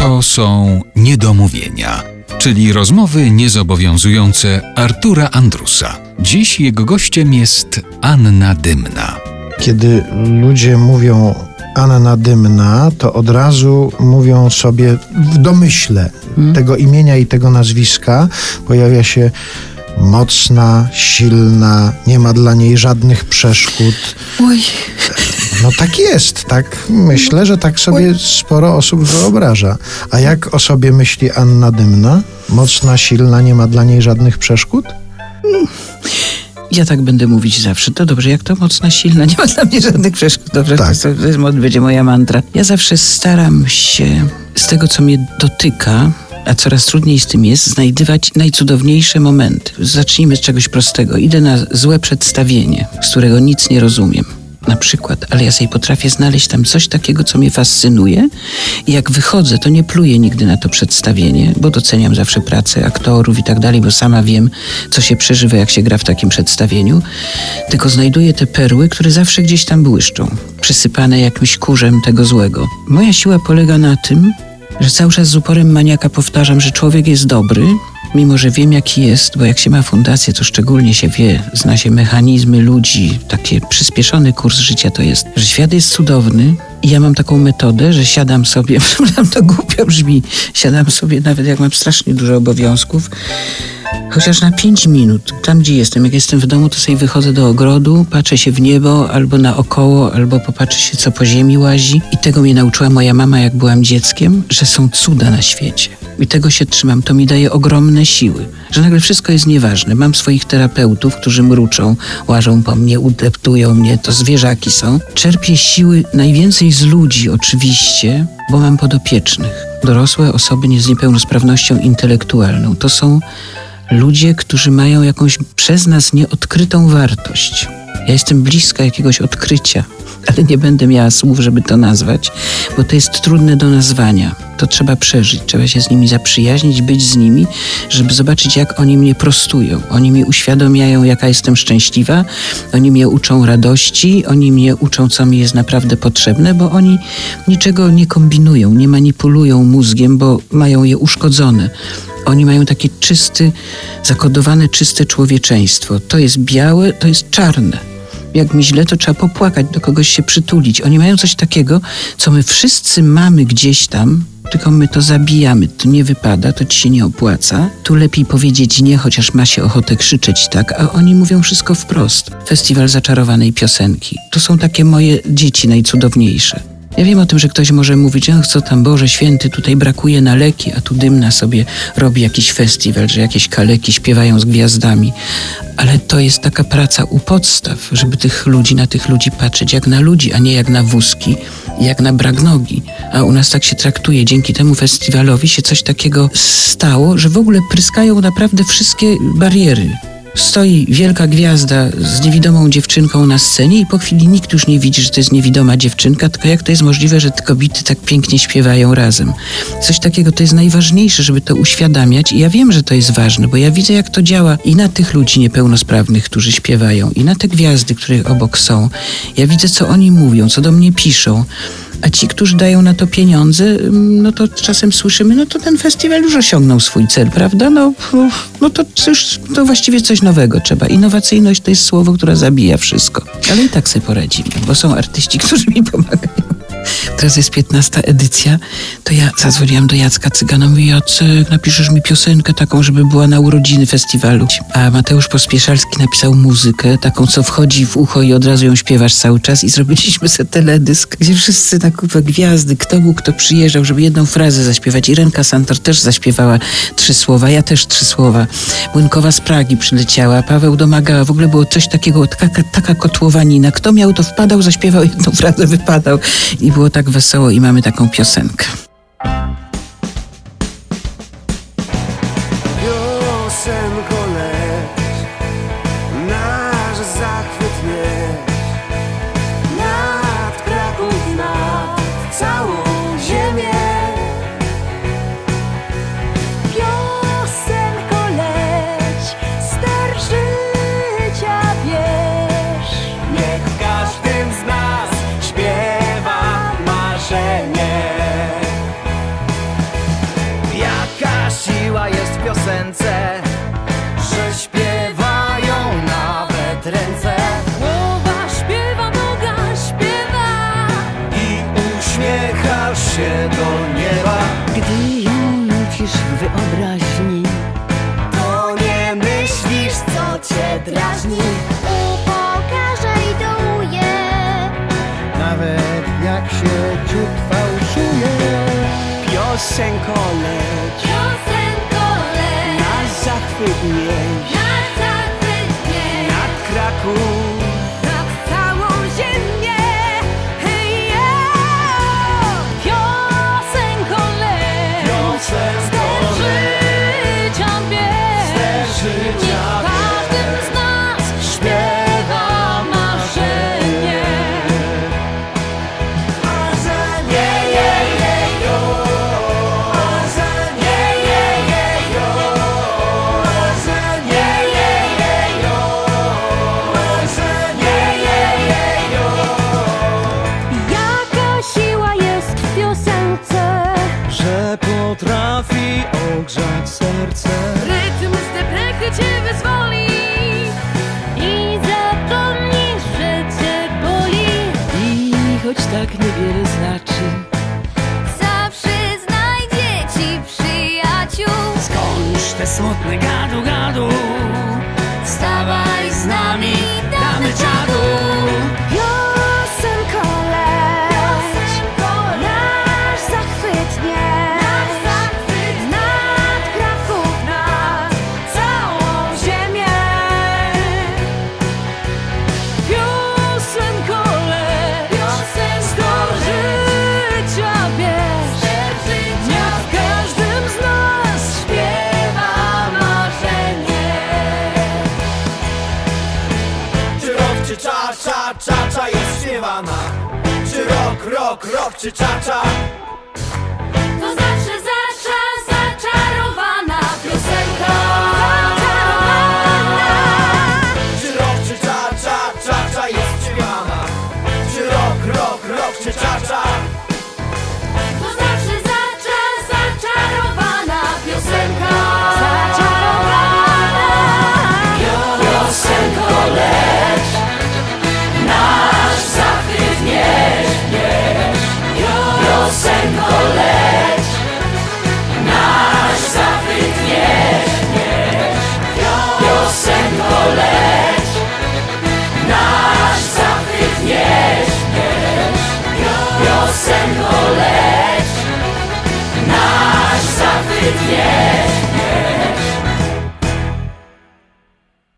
To są niedomówienia, czyli rozmowy niezobowiązujące Artura Andrusa. Dziś jego gościem jest Anna Dymna. Kiedy ludzie mówią Anna Dymna, to od razu mówią sobie w domyśle tego imienia i tego nazwiska pojawia się mocna, silna, nie ma dla niej żadnych przeszkód. Oj. No tak jest, tak myślę, że tak sobie sporo osób wyobraża. A jak o sobie myśli Anna Dymna? Mocna, silna, nie ma dla niej żadnych przeszkód? Ja tak będę mówić zawsze. To dobrze, jak to mocna, silna, nie ma dla mnie żadnych przeszkód. Dobrze, Tak. to będzie moja mantra. Ja zawsze staram się z tego, co mnie dotyka, a coraz trudniej z tym jest, znajdywać najcudowniejsze momenty. Zacznijmy z czegoś prostego. Idę na złe przedstawienie, z którego nic nie rozumiem. Na przykład, ale ja sobie potrafię znaleźć tam coś takiego, co mnie fascynuje i jak wychodzę, to nie pluję nigdy na to przedstawienie, bo doceniam zawsze pracę aktorów i tak dalej, bo sama wiem, co się przeżywa, jak się gra w takim przedstawieniu, tylko znajduję te perły, które zawsze gdzieś tam błyszczą, przysypane jakimś kurzem tego złego. Moja siła polega na tym, że cały czas z uporem maniaka powtarzam, że człowiek jest dobry, mimo że wiem, jaki jest, bo jak się ma fundację, to szczególnie się wie, zna się mechanizmy ludzi, taki przyspieszony kurs życia to jest, że świat jest cudowny i ja mam taką metodę, że siadam sobie, przepraszam, to głupio brzmi, siadam sobie nawet jak mam strasznie dużo obowiązków, chociaż na 5 minut, tam gdzie jestem, jak jestem w domu, to sobie wychodzę do ogrodu, patrzę się w niebo, albo naokoło, albo popatrzę się, co po ziemi łazi. I tego mnie nauczyła moja mama, jak byłam dzieckiem, że są cuda na świecie. I tego się trzymam, to mi daje ogromne siły, że nagle wszystko jest nieważne. Mam swoich terapeutów, którzy mruczą, łażą po mnie, udeptują mnie, to zwierzaki są. Czerpię siły najwięcej z ludzi oczywiście, bo mam podopiecznych. Dorosłe osoby z niepełnosprawnością intelektualną. To są ludzie, którzy mają jakąś przez nas nieodkrytą wartość. Ja jestem bliska jakiegoś odkrycia, ale nie będę miała słów, żeby to nazwać, bo to jest trudne do nazwania. To trzeba przeżyć, trzeba się z nimi zaprzyjaźnić, być z nimi, żeby zobaczyć, jak oni mnie prostują. Oni mi uświadamiają, jaka jestem szczęśliwa, oni mnie uczą radości, oni mnie uczą, co mi jest naprawdę potrzebne, bo oni niczego nie kombinują, nie manipulują mózgiem, bo mają je uszkodzone. Oni mają takie zakodowane, czyste człowieczeństwo. To jest białe, to jest czarne. Jak mi źle, to trzeba popłakać, do kogoś się przytulić. Oni mają coś takiego, co my wszyscy mamy gdzieś tam, tylko my to zabijamy. To nie wypada, to ci się nie opłaca. Tu lepiej powiedzieć nie, chociaż ma się ochotę krzyczeć tak, a oni mówią wszystko wprost. Festiwal zaczarowanej piosenki. To są takie moje dzieci najcudowniejsze. Ja wiem o tym, że ktoś może mówić, co tam, Boże Święty, tutaj brakuje na leki, a tu Dymna sobie robi jakiś festiwal, że jakieś kaleki śpiewają z gwiazdami. Ale to jest taka praca u podstaw, żeby na tych ludzi patrzeć jak na ludzi, a nie jak na wózki, jak na brak nogi. A u nas tak się traktuje. Dzięki temu festiwalowi się coś takiego stało, że w ogóle pryskają naprawdę wszystkie bariery. Stoi wielka gwiazda z niewidomą dziewczynką na scenie i po chwili nikt już nie widzi, że to jest niewidoma dziewczynka, tylko jak to jest możliwe, że te kobiety tak pięknie śpiewają razem. Coś takiego to jest najważniejsze, żeby to uświadamiać i ja wiem, że to jest ważne, bo ja widzę, jak to działa i na tych ludzi niepełnosprawnych, którzy śpiewają, i na te gwiazdy, które obok są. Ja widzę, co oni mówią, co do mnie piszą. A ci, którzy dają na to pieniądze, no to czasem słyszymy, no to ten festiwal już osiągnął swój cel, prawda? No to właściwie coś nowego trzeba. Innowacyjność to jest słowo, które zabija wszystko. Ale i tak sobie poradzimy, bo są artyści, którzy mi pomagają. Teraz jest 15. edycja, to ja zadzwoniłam do Jacka Cygana, mówię, Jacek, napiszesz mi piosenkę taką, żeby była na urodziny festiwalu. A Mateusz Pospieszalski napisał muzykę, taką, co wchodzi w ucho i od razu ją śpiewasz cały czas i zrobiliśmy sobie teledysk, gdzie wszyscy na kupę gwiazdy, kto przyjeżdżał, żeby jedną frazę zaśpiewać. Irenka Santor też zaśpiewała 3 słowa, ja też 3 słowa. Młynkowa z Pragi przyleciała, Paweł Domagała, w ogóle było coś takiego, taka kotłowanina. Kto miał, to wpadał, zaśpiewał jedną frazę, wypadał. I było tak wesoło i mamy taką piosenkę. Piosenko leć, nasz zachwyt mieć, nad Kraków, nad całą ziemię. Piosenko leć, ster życia bierz. Niech w każdym z nas śpiewa marzenie. wzniosłaś się do nieba. Gdy ją nucisz w wyobraźni, To nie myślisz, co cię drażni. upokarza i dołuje. Nawet jak się ciut fałszuje. Piosenko leć, Piosenko leć, na zachwyt nieś, na zachwyt nieś, nad Kraków. nad całą ziemię. Hej, piosenko leć, Piosenko ster życia bierz. Niech w każdym z nas śpiewa marzenie. A za nie, jo, a za nie, jo, a za nie, jo, a za nie, jo. Jaka siła jest w piosence, Że potrafi ogrzać serce. rytm z deprechy cię wyzwoli i zapomnisz, że cię boli. I choć tak niewiele znaczy, Zawsze znajdzie ci przyjaciół. skończ te smutne gadu gadu. Wstawaj z nami, damy czadu. Piosenko leć, nasz zachwyt nieś, nad Kraków, nad całą ziemię. Piosenko leć, sto życia bierz. Niech w każdym z nas śpiewa marzenie. Czy rok, czy cza jest śpiewana? Czy rok, czy cza? To zawsze zaczarowana piosenka. Zaczarowana. Czy rok, czy cza jest śpiewana? Czy rok, czy cza? To zawsze zaczarowana piosenka. Zaczarowana. Piosenko leć, nasz zachwyt nieś. Piosenko leć, nasz zachwyt nieś. Piosenko leć, nasz zachwyt nieś. Piosenko leć, nasz zachwyt nieś.